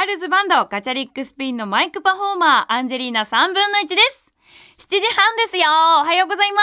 ールズバンドガチャリックスピンのマイクパフォーマーアンジェリーナ3分の1です。7時半ですよ。おはようございます。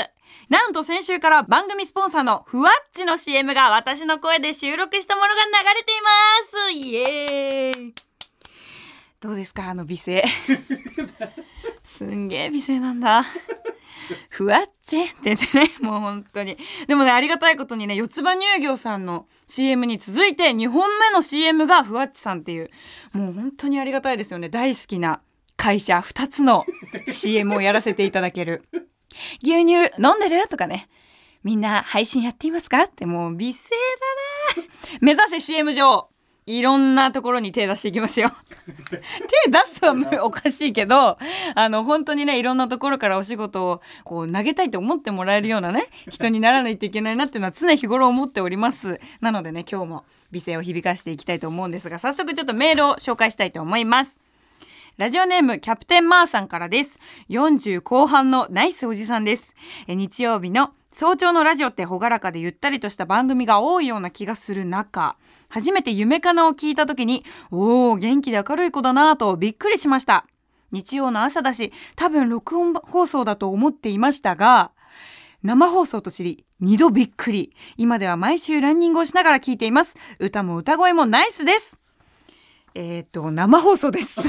なんと先週から番組スポンサーのふわっちの CM が私の声で収録したものが流れています。イエーイ。どうですか美声すんげー美声なんだ。ふわっちって言ってね、もう本当に。でもね、ありがたいことにね、四つ葉乳業さんの CM に続いて2本目の CM がふわっちさんっていう、もう本当にありがたいですよね。大好きな会社2つの CM をやらせていただける。牛乳飲んでるとかね、みんな配信やっていますかって、もう美声だな。目指せ CM 上、いろんなところに手出していきますよ。手出すはおかしいけど、本当にね、いろんなところからお仕事をこう投げたいと思ってもらえるようなね、人にならないといけないなっていうのは常日頃思っております。なのでね、今日も美声を響かしていきたいと思うんですが、早速ちょっとメールを紹介したいと思います。ラジオネームキャプテンマーさんからです。40後半のナイスおじさんです。日曜日の早朝のラジオって朗らかでゆったりとした番組が多いような気がする中、初めて夢かなを聞いた時に、元気で明るい子だなぁとびっくりしました。日曜の朝だし、多分録音放送だと思っていましたが、生放送と知り2度びっくり。今では毎週ランニングをしながら聞いています。歌も歌声もナイスです。生放送です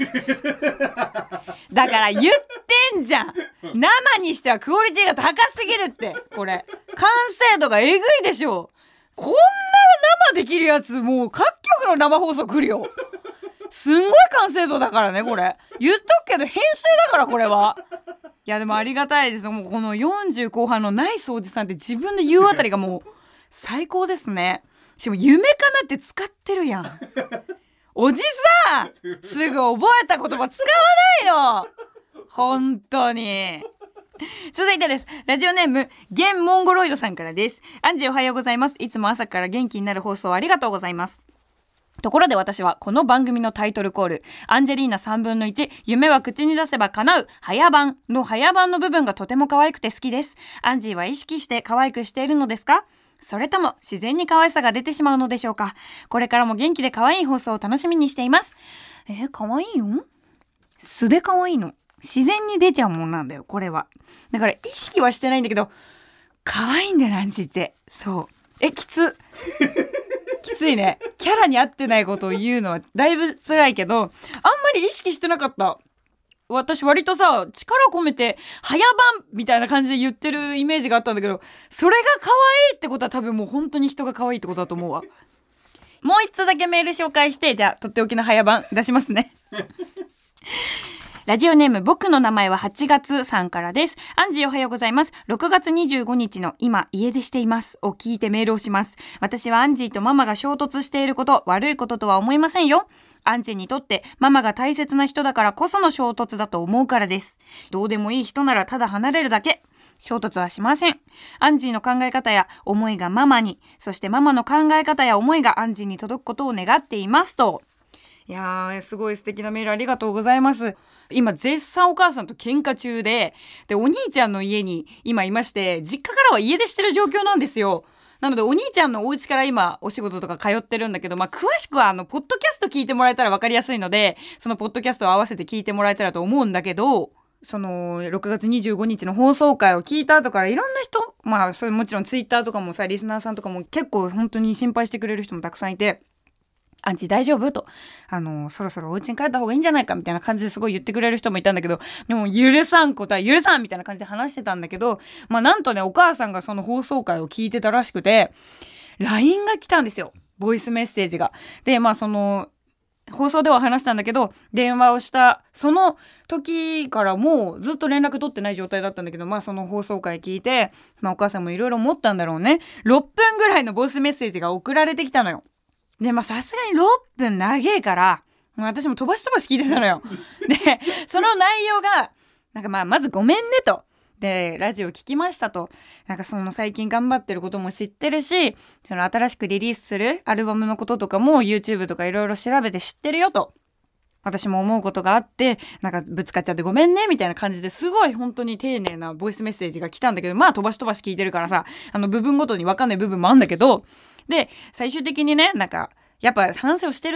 だから言ってんじゃん。生にしてはクオリティが高すぎるって。これ完成度がえぐいでしょ。こんな生できるやつ、もう各局の生放送来るよ。すんごい完成度だからね。これ言っとくけど編集だから、これは。いやでもありがたいです。もうこの40後半のナイスおじさんって自分で言うあたりがもう最高ですね。しかも夢かなって使ってるやん。おじさん、すぐ覚えた言葉使わないの。本当に。続いてです。ラジオネームゲンモンゴロイドさんからです。アンジーおはようございます。いつも朝から元気になる放送ありがとうございます。ところで私はこの番組のタイトルコール、アンジェリーナ3分の1、夢は口に出せば叶う早番の早番の部分がとても可愛くて好きです。アンジーは意識して可愛くしているのですか？それとも自然に可愛さが出てしまうのでしょうか？これからも元気で可愛い放送を楽しみにしています。可愛いよ。素で可愛いの。自然に出ちゃうもんなんだよ、これは。だから意識はしてないんだけど、可愛いんだよ、ランジって。そう。きついね。キャラに合ってないことを言うのはだいぶ辛いけど、あんまり意識してなかった。私割とさ、力込めて早番みたいな感じで言ってるイメージがあったんだけど、それが可愛いってことは多分もう本当に人が可愛いってことだと思うわ。もう一つだけメール紹介して、じゃあとっておきの早番出しますね。ラジオネーム僕の名前は8月さんからです。アンジーおはようございます。6月25日の今家出していますを聞いてメールをします。私はアンジーとママが衝突していること、悪いこととは思いませんよ。アンジーにとってママが大切な人だからこその衝突だと思うからです。どうでもいい人ならただ離れるだけ。衝突はしません。アンジーの考え方や思いがママに、そしてママの考え方や思いがアンジーに届くことを願っていますと。いやー、すごい素敵なメールありがとうございます。今絶賛お母さんと喧嘩中で、お兄ちゃんの家に今いまして、実家からは家出してる状況なんですよ。なのでお兄ちゃんのお家から今お仕事とか通ってるんだけど、詳しくはポッドキャスト聞いてもらえたら分かりやすいので、そのポッドキャストを合わせて聞いてもらえたらと思うんだけど、その6月25日の放送回を聞いた後からいろんな人、それもちろんツイッターとかもさ、リスナーさんとかも結構本当に心配してくれる人もたくさんいて、アンチ大丈夫と、そろそろお家に帰った方がいいんじゃないかみたいな感じですごい言ってくれる人もいたんだけど、でも許さんことは許さんみたいな感じで話してたんだけど、なんとね、お母さんがその放送回を聞いてたらしくて、LINE が来たんですよ。ボイスメッセージが。で、その放送では話したんだけど、電話をしたその時からもうずっと連絡取ってない状態だったんだけど、その放送回聞いて、お母さんもいろいろ思ったんだろうね。6分ぐらいのボイスメッセージが送られてきたのよ。で、さすがに6分長えから、私も飛ばし聞いてたのよ。で、その内容が、まずごめんねと。で、ラジオ聞きましたと。その最近頑張ってることも知ってるし、その新しくリリースするアルバムのこととかも YouTube とかいろいろ調べて知ってるよと。私も思うことがあって、ぶつかっちゃってごめんねみたいな感じですごい本当に丁寧なボイスメッセージが来たんだけど、飛ばし聞いてるからさ、部分ごとに分かんない部分もあるんだけど、で、最終的にね、やっぱ反省をしてると。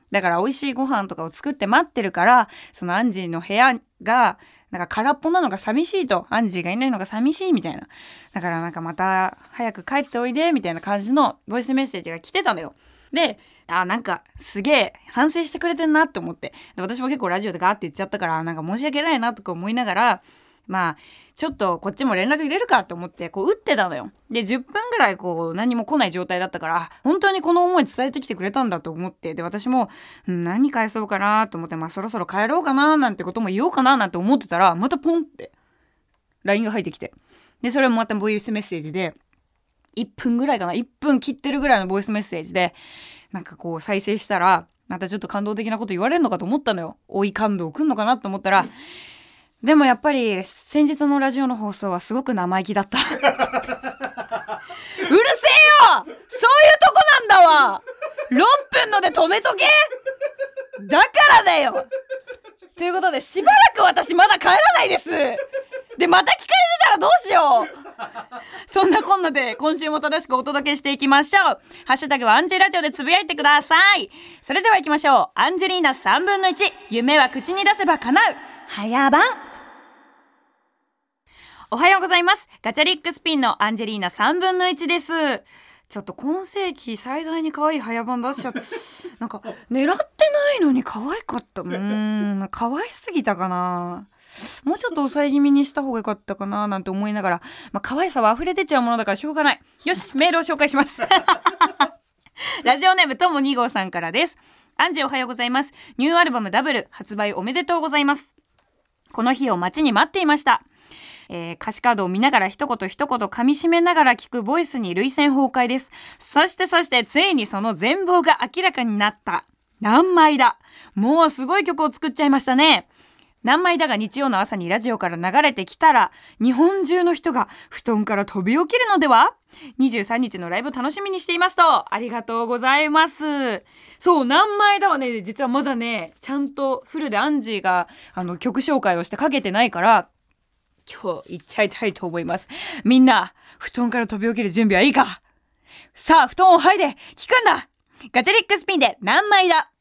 だから美味しいご飯とかを作って待ってるから、そのアンジーの部屋がなんか空っぽなのが寂しいと、アンジーがいないのが寂しいみたいな。だからなんかまた早く帰っておいでみたいな感じのボイスメッセージが来てたのよ。で、なんかすげえ反省してくれてんなって思って、で私も結構ラジオでガーって言っちゃったから、なんか申し訳ないなとか思いながら、まあちょっとこっちも連絡入れるかと思ってこう打ってたのよ。で10分ぐらいこう何も来ない状態だったから、本当にこの思い伝えてきてくれたんだと思って、で私も、何返そうかなと思って、そろそろ帰ろうかななんてことも言おうかななんて思ってたら、またポンって LINE が入ってきて、でそれもまたボイスメッセージで1分ぐらいかな、1分切ってるぐらいのボイスメッセージで、なんかこう再生したらまたちょっと感動的なこと言われるのかと思ったのよ。追い感動くんのかなと思ったら、でもやっぱり先日のラジオの放送はすごく生意気だったうるせえよ、そういうとこなんだわ。6分ので止めとけ、だからだよ。ということでしばらく私まだ帰らないです。でまた聞かれてたらどうしようそんなこんなで今週も正しくお届けしていきましょう。ハッシュタグはアンジェラジオでつぶやいてください。それでは行きましょう。アンジェリーナ3分の1、夢は口に出せば叶う早番。おはようございます。ガチャリックスピンのアンジェリーナ3分の1です。ちょっと今世紀最大に可愛い早番出しちゃってなんか狙ってないのに可愛かった。可愛すぎたかな。もうちょっと抑え気味にした方がよかったかななんて思いながら、可愛さは溢れ出ちゃうものだからしょうがない。よし、メールを紹介しますラジオネームとも2号さんからです。アンジェおはようございます。ニューアルバムダブル発売おめでとうございます。この日を待ちに待っていました。歌詞カードを見ながら一言一言噛み締めながら聞くボイスに涙腺崩壊です。そしてついにその全貌が明らかになった。何枚だ。もうすごい曲を作っちゃいましたね。何枚だが日曜の朝にラジオから流れてきたら、日本中の人が布団から飛び起きるのでは。23日のライブ楽しみにしていますと。ありがとうございます。そう、何枚だはね、実はまだね、ちゃんとフルでアンジーが曲紹介をしてかけてないから、今日行っちゃいたいと思います。みんな布団から飛び起きる準備はいいか。さあ布団を剥いで聞くんだ。ガチャリックスピンで何枚だ。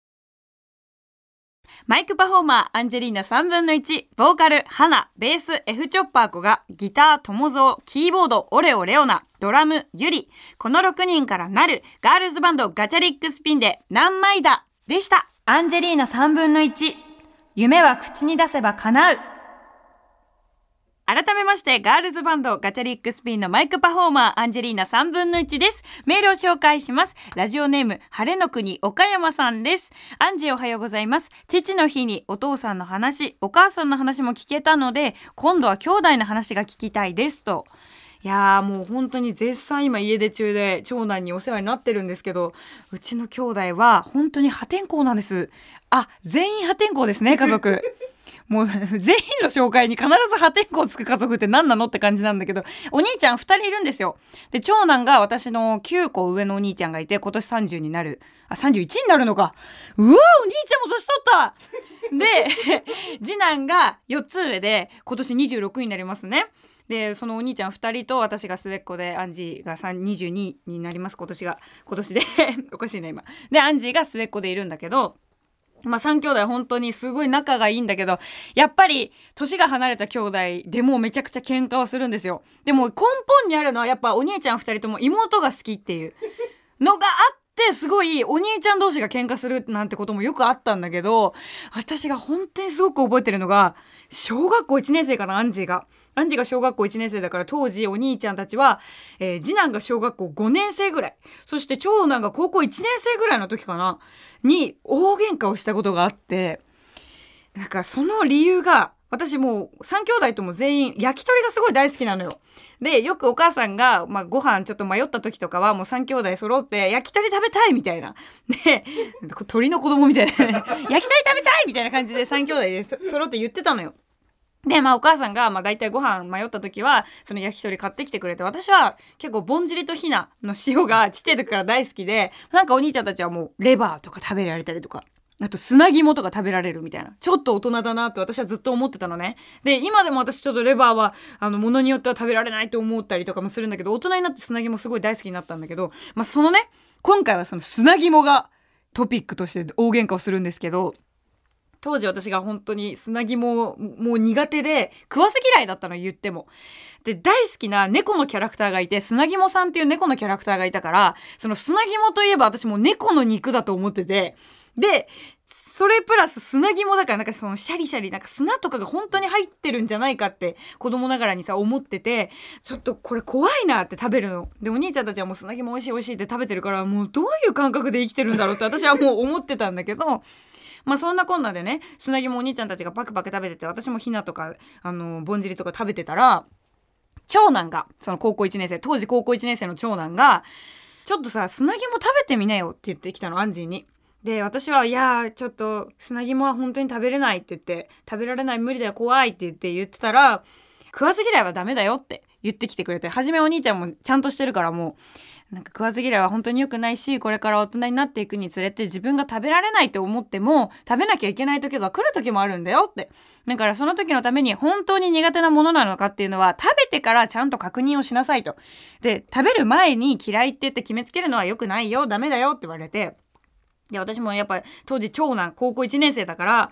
マイクパフォーマーアンジェリーナ3分の1、ボーカル花、ベース F チョッパー子が、ギター友蔵、キーボードオレオレオナ、ドラムユリ、この6人からなるガールズバンドガチャリックスピンで何枚だでした。アンジェリーナ3分の1、夢は口に出せば叶う。改めましてガールズバンドガチャリックスピンのマイクパフォーマーアンジェリーナ3分の1です。メールを紹介します。ラジオネーム晴れの国岡山さんです。アンジーおはようございます。父の日にお父さんの話、お母さんの話も聞けたので、今度は兄弟の話が聞きたいですと。いやーもう本当に絶賛今家出中で長男にお世話になってるんですけど、うちの兄弟は本当に破天荒なんです。全員破天荒ですね、家族もう全員の紹介に必ず破天荒つく家族って何なのって感じなんだけど、お兄ちゃん2人いるんですよ。で長男が私の9個上のお兄ちゃんがいて、今年30になる、31になるのか。うわー、お兄ちゃんも年取ったで次男が4つ上で今年26になりますね。でそのお兄ちゃん2人と私が末っ子で、アンジーが22になります。今年でおかしいな今で、アンジーが末っ子でいるんだけど、3兄弟本当にすごい仲がいいんだけど、やっぱり年が離れた兄弟でもめちゃくちゃ喧嘩をするんですよ。でも根本にあるのはやっぱお兄ちゃん2人とも妹が好きっていうのがあって、すごいお兄ちゃん同士が喧嘩するなんてこともよくあったんだけど、私が本当にすごく覚えてるのが、小学校1年生かな、アンジーが小学校1年生だから、当時お兄ちゃんたちは、次男が小学校5年生ぐらい、そして長男が高校1年生ぐらいの時かなに大喧嘩をしたことがあって、なんかその理由が、私もう3兄弟とも全員焼き鳥がすごい大好きなのよ。でよくお母さんが、ご飯ちょっと迷った時とかはもう3兄弟揃って焼き鳥食べたいみたいなで鳥の子供みたいな焼き鳥食べたいみたいな感じで3兄弟で揃って言ってたのよ。でお母さんがだいたいご飯迷った時はその焼き鳥買ってきてくれて、私は結構ぼんじりとひなの塩がちっちゃい時から大好きで、なんかお兄ちゃんたちはもうレバーとか食べられたりとか、あと砂肝とか食べられるみたいな、ちょっと大人だなって私はずっと思ってたのね。で今でも私ちょっとレバーはものによっては食べられないと思ったりとかもするんだけど、大人になって砂肝すごい大好きになったんだけど、そのね今回はその砂肝がトピックとして大喧嘩をするんですけど、当時私が本当に砂肝もう苦手で食わず嫌いだったの、言っても。で、大好きな猫のキャラクターがいて、砂肝さんっていう猫のキャラクターがいたから、その砂肝といえば私もう猫の肉だと思ってて、でそれプラス砂肝だから、なんかそのシャリシャリなんか砂とかが本当に入ってるんじゃないかって子供ながらにさ思ってて、ちょっとこれ怖いなって食べるので、お兄ちゃんたちはもう砂肝美味しい美味しいって食べてるから、もうどういう感覚で生きてるんだろうって私はもう思ってたんだけど、まあそんなこんなでね、砂肝お兄ちゃんたちがパクパク食べてて、私もひなとかぼんじりとか食べてたら、長男がその高校1年生、当時高校1年生の長男が、ちょっとさ砂肝食べてみなよって言ってきたの、アンジーに。で、私は、いやちょっと砂肝は本当に食べれないって言って、食べられない、無理だよ、怖いって言ってたら、食わず嫌いはダメだよって言ってきてくれて、初めお兄ちゃんもちゃんとしてるから、もうなんか食わず嫌いは本当に良くないし、これから大人になっていくにつれて自分が食べられないと思っても食べなきゃいけない時が来る時もあるんだよって。だからその時のために本当に苦手なものなのかっていうのは食べてからちゃんと確認をしなさいと。で、食べる前に嫌いって言って決めつけるのは良くないよ、ダメだよって言われて、で、私もやっぱ当時長男高校1年生だから、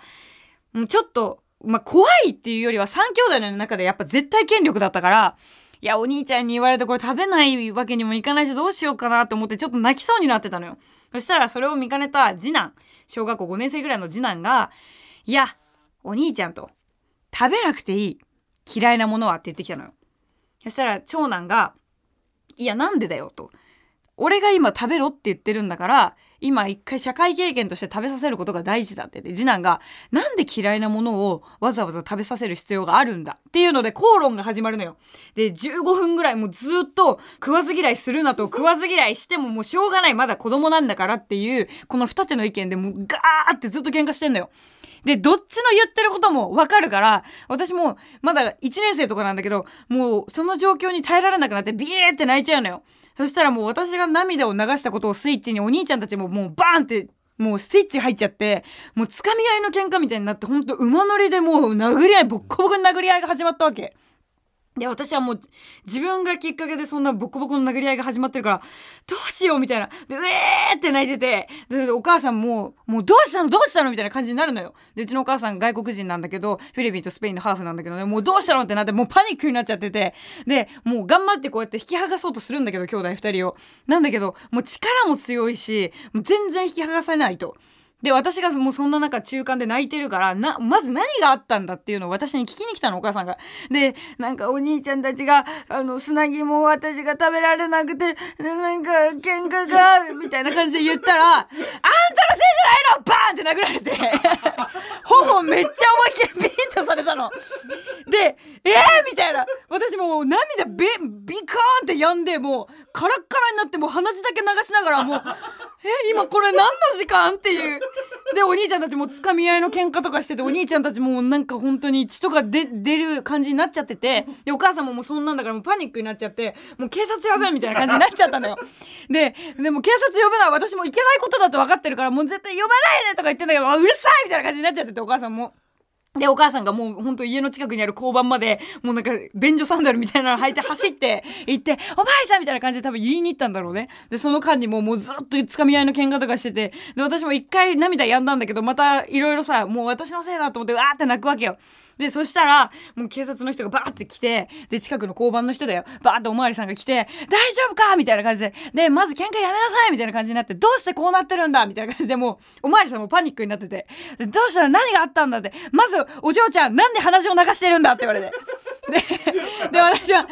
ちょっと、怖いっていうよりは3兄弟の中でやっぱ絶対権力だったから、いやお兄ちゃんに言われてこれ食べないわけにもいかないし、どうしようかなと思ってちょっと泣きそうになってたのよ。そしたらそれを見かねた次男、小学校5年生ぐらいの次男が、いやお兄ちゃんと食べなくていい、嫌いなものはって言ってきたのよ。そしたら長男が、いやなんでだよと、俺が今食べろって言ってるんだから、今一回社会経験として食べさせることが大事だって言って、次男がなんで嫌いなものをわざわざ食べさせる必要があるんだっていうので口論が始まるのよ。で、15分ぐらいもうずっと食わず嫌いするなと、食わず嫌いしてももうしょうがない、まだ子供なんだからっていうこの二手の意見でもうガーってずっと喧嘩してんのよ。で、どっちの言ってることもわかるから、私もまだ1年生とかなんだけど、もうその状況に耐えられなくなってビーって泣いちゃうのよ。そしたらもう私が涙を流したことをスイッチにお兄ちゃんたちももうバーンってもうスイッチ入っちゃって、もうつかみ合いの喧嘩みたいになって、ほんと馬乗りでもう殴り合い、ボッコボコに殴り合いが始まったわけ。で、私はもう自分がきっかけでそんなボコボコの殴り合いが始まってるから、どうしようみたいな。で、って泣いてて、で、お母さんもうどうしたのみたいな感じになるのよ。で、うちのお母さん外国人なんだけど、フィリピンとスペインのハーフなんだけどね、もうどうしたのってなって、もうパニックになっちゃってて、で、もう頑張ってこうやって引き剥がそうとするんだけど、兄弟二人を。なんだけど、もう力も強いし、もう全然引き剥がさないと。で、私がもうそんな中中間で泣いてるから、まず何があったんだっていうのを私に聞きに来たの、お母さんが。で、なんかお兄ちゃんたちが、砂肝を私が食べられなくて、なんか喧嘩が、みたいな感じで言ったら、あんたのせいじゃないのバーンって殴られて、頬めっちゃ思いっきりビーンとされたの。で、みたいな。私もう涙ビカーンって止んで、もうカラッカラになって、もう鼻血だけ流しながら、もう、今これ何の時間っていう。で、お兄ちゃんたちもつかみ合いの喧嘩とかしてて、お兄ちゃんたちもなんか本当に血とか出る感じになっちゃってて、で、お母さんももうそんなんだからもうパニックになっちゃって、もう警察呼べみたいな感じになっちゃったのよ。でも警察呼ぶのは私もいけないことだと分かってるから、もう絶対呼ばないでとか言ってんだけど、うるさいみたいな感じになっちゃってて、お母さんも。で、お母さんがもうほんと家の近くにある交番まで、もうなんか便所サンダルみたいなの履いて走って行って、おまわりさんみたいな感じで多分言いに行ったんだろうね。で、その間にもうずっとつかみ合いの喧嘩とかしてて、で、私も一回涙止んだんだけど、またいろいろさ、もう私のせいだと思って、わーって泣くわけよ。で、そしたら、もう警察の人がバーって来て、で、近くの交番の人だよ。バーっておまわりさんが来て、大丈夫かみたいな感じで、で、まず喧嘩やめなさいみたいな感じになって、どうしてこうなってるんだみたいな感じで、もう、おまわりさんもパニックになってて、で、どうしたら何があったんだって、まず、お嬢ちゃん、なんで鼻血を流してるんだって言われて。で、私は、お母さんに叩か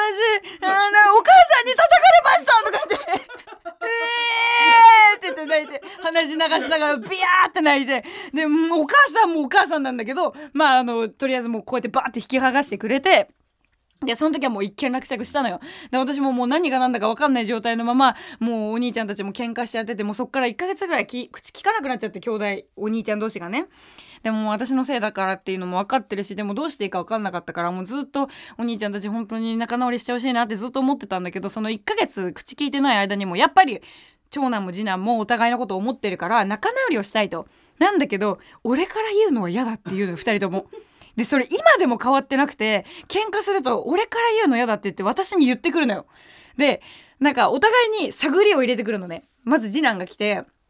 れましたとか言って、って言って泣いて、鼻血流しながらビヤーって泣いて、で、お母さんもお母さんなんだけど、とりあえずもうこうやってバーって引き剥がしてくれて、で、その時はもう一件落着したのよ。で、私ももう何が何だか分かんない状態のまま、もうお兄ちゃんたちも喧嘩しちゃってて、もうそっから1ヶ月ぐらい口聞かなくなっちゃって、兄弟、お兄ちゃん同士がね。でも私のせいだからっていうのも分かってるし、でもどうしていいか分かんなかったから、もうずっとお兄ちゃんたち本当に仲直りしてほしいなってずっと思ってたんだけど、その1ヶ月口聞いてない間にも、やっぱり長男も次男もお互いのことを思ってるから仲直りをしたいと。なんだけど、俺から言うのは嫌だっていうの、2人とも。で、それ今でも変わってなくて、喧嘩すると俺から言うの嫌だって言って私に言ってくるのよ。で、なんかお互いに探りを入れてくるのね。まず次男が来て、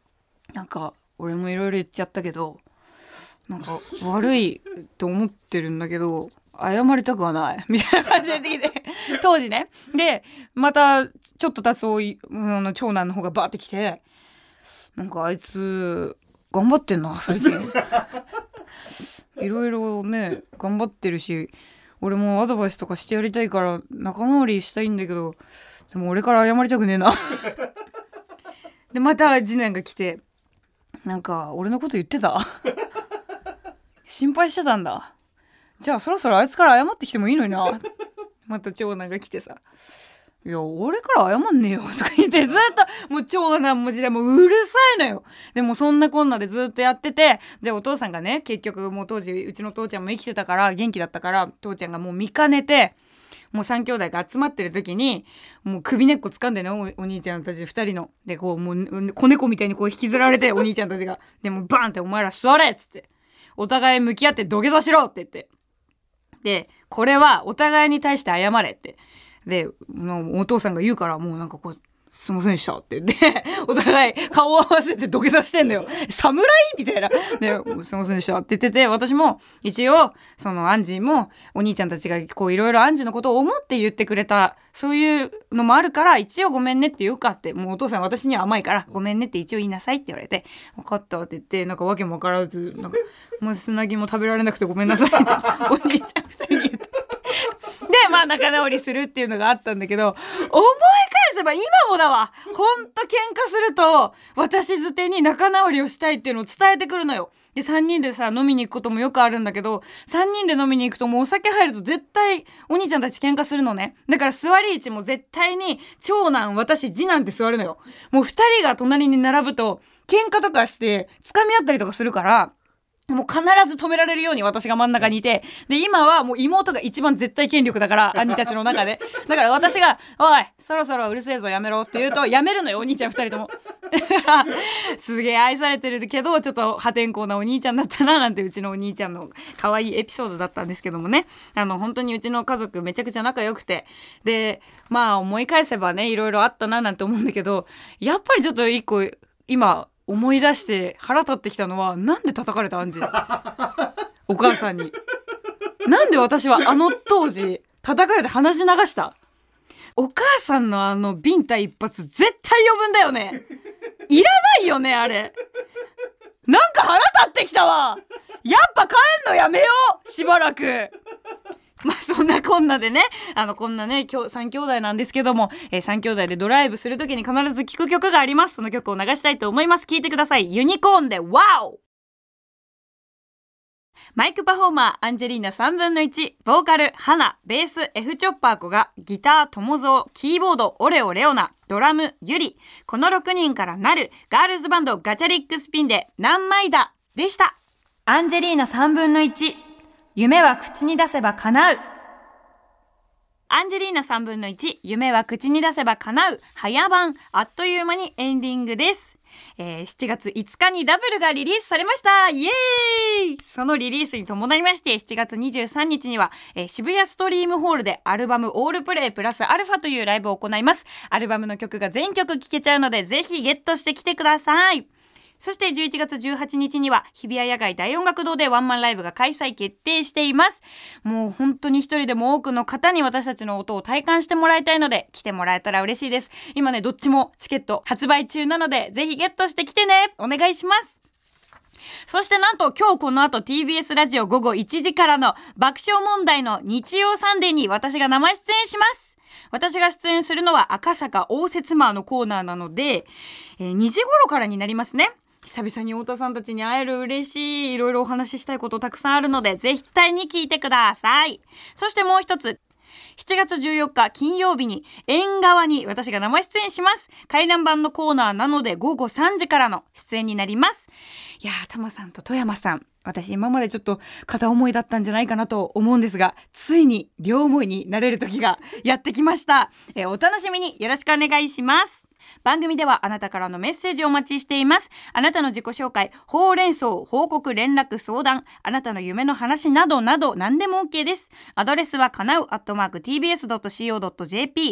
なんか俺もいろいろ言っちゃったけど、なんか悪いと思ってるんだけど謝りたくはないみたいな感じで言ってきて当時ね。でまたちょっと経つ長男の方がバーって来て、なんかあいつ頑張ってんな最近いろいろね頑張ってるし、俺もアドバイスとかしてやりたいから仲直りしたいんだけど、でも俺から謝りたくねえなでまた次男が来て、なんか俺のこと言ってた心配してたんだ、じゃあそろそろあいつから謝ってきてもいいのになまた長男が来てさ、いや俺から謝んねえよとか言ってずっともう長男も時代もうるさいのよ。でもそんなこんなでずっとやってて、でお父さんがね結局もう当時うちの父ちゃんも生きてたから元気だったから、父ちゃんがもう見かねて、もう3兄弟が集まってる時にもう首根っこ掴んでね、お兄ちゃんたち2人のでこうもう子猫みたいにこう引きずられてお兄ちゃんたちがでもバーンってお前ら座れっつってお互い向き合って土下座しろって言って、でこれはお互いに対して謝れってでもうお父さんが言うから、もうなんかこうすいませんでしたって言ってお互い顔を合わせて土下座してんだよ侍みたいなですいませんでしたって言ってて、私も一応そのアンジーもお兄ちゃんたちがこういろいろアンジーのことを思って言ってくれたそういうのもあるから一応ごめんねって言うかって、もうお父さん私には甘いからごめんねって一応言いなさいって言われて、分かったって言って、なんかわけも分からずなんかもう砂肝食べられなくてごめんなさいってお兄ちゃん2人に言ってでまあ仲直りするっていうのがあったんだけど、思い返せば今もだわ、ほんと喧嘩すると私づてに仲直りをしたいっていうのを伝えてくるのよ。で3人でさ飲みに行くこともよくあるんだけど、3人で飲みに行くともうお酒入ると絶対お兄ちゃんたち喧嘩するのね。だから座り位置も絶対に長男私次男って座るのよ。もう2人が隣に並ぶと喧嘩とかして掴み合ったりとかするから、もう必ず止められるように私が真ん中にいて、で今はもう妹が一番絶対権力だから兄たちの中で、だから私がおいそろそろうるせえぞやめろって言うとやめるのよお兄ちゃん2人ともすげえ愛されてるけどちょっと破天荒なお兄ちゃんだったななんて、うちのお兄ちゃんの可愛いエピソードだったんですけどもね、本当にうちの家族めちゃくちゃ仲良くて、でまあ思い返せばねいろいろあったななんて思うんだけど、やっぱりちょっと一個今思い出して腹立ってきたのは、なんで叩かれたアンジお母さんになんで私は当時叩かれて鼻血流した。お母さんのビンタ一発絶対呼ぶんだよね。いらないよねあれ。なんか腹立ってきたわ。やっぱ帰んのやめようしばらく。まあそんなこんなでね、こんなね3兄弟なんですけども、3兄弟でドライブするときに必ず聴く曲があります。その曲を流したいと思います。聴いてください。ユニコーンでワオ。マイクパフォーマーアンジェリーナ3分の1、ボーカルハナ、ベース F チョッパー子が、ギター友蔵、キーボードオレオレオナ、ドラムユリ、この6人からなるガールズバンドガチャリックスピンで何枚だでした。アンジェリーナ3分の1、夢は口に出せば叶う。アンジェリーナ3分の1、夢は口に出せば叶う早番、あっという間にエンディングです。7月5日にダブルがリリースされました。イエーイ。そのリリースに伴いまして7月23日には、渋谷ストリームホールでアルバムオールプレイプラスアルファというライブを行います。アルバムの曲が全曲聴けちゃうのでぜひゲットしてきてください。そして11月18日には日比谷野外大音楽堂でワンマンライブが開催決定しています。もう本当に一人でも多くの方に私たちの音を体感してもらいたいので来てもらえたら嬉しいです。今ねどっちもチケット発売中なのでぜひゲットしてきてね、お願いします。そしてなんと今日この後 TBS ラジオ午後1時からの爆笑問題の日曜サンデーに私が生出演します。私が出演するのは赤坂応接間のコーナーなので、2時頃からになりますね。久々に太田さんたちに会える、嬉しい、いろいろお話ししたいことたくさんあるので絶対に聞いてください。そしてもう一つ、7月14日金曜日に縁側に私が生出演します。回覧板のコーナーなので午後3時からの出演になります。いやー、タマさんと富山さん、私今までちょっと片思いだったんじゃないかなと思うんですが、ついに両思いになれる時がやってきました。お楽しみによろしくお願いします。番組ではあなたからのメッセージをお待ちしています。あなたの自己紹介、ほうれん草、報告、連絡、相談、あなたの夢の話などなど何でも OK です。アドレスはかなう@tbs.co.jp、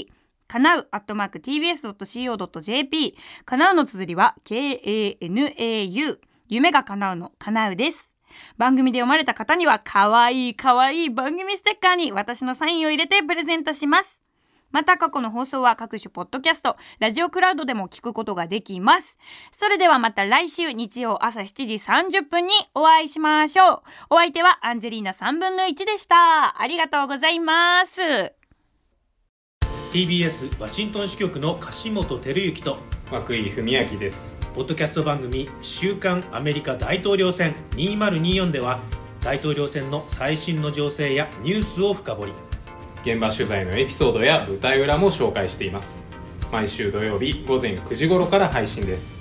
かなう@tbs.co.jp。 かなうの綴りは KANAU。 夢が叶うのかなうです。番組で読まれた方にはかわいい番組ステッカーに私のサインを入れてプレゼントします。また過去の放送は各種ポッドキャスト、ラジオクラウドでも聞くことができます。それではまた来週日曜朝7時30分にお会いしましょう。お相手はアンジェリーナ3分の1でした。ありがとうございます。 TBS ワシントン支局の樫本照之と涌井文明です。 ポッドキャスト番組週刊アメリカ大統領選2024では大統領選の最新の情勢やニュースを深掘り、 現場取材のエピソードや舞台裏も紹介しています。毎週土曜日午前9時頃から配信です。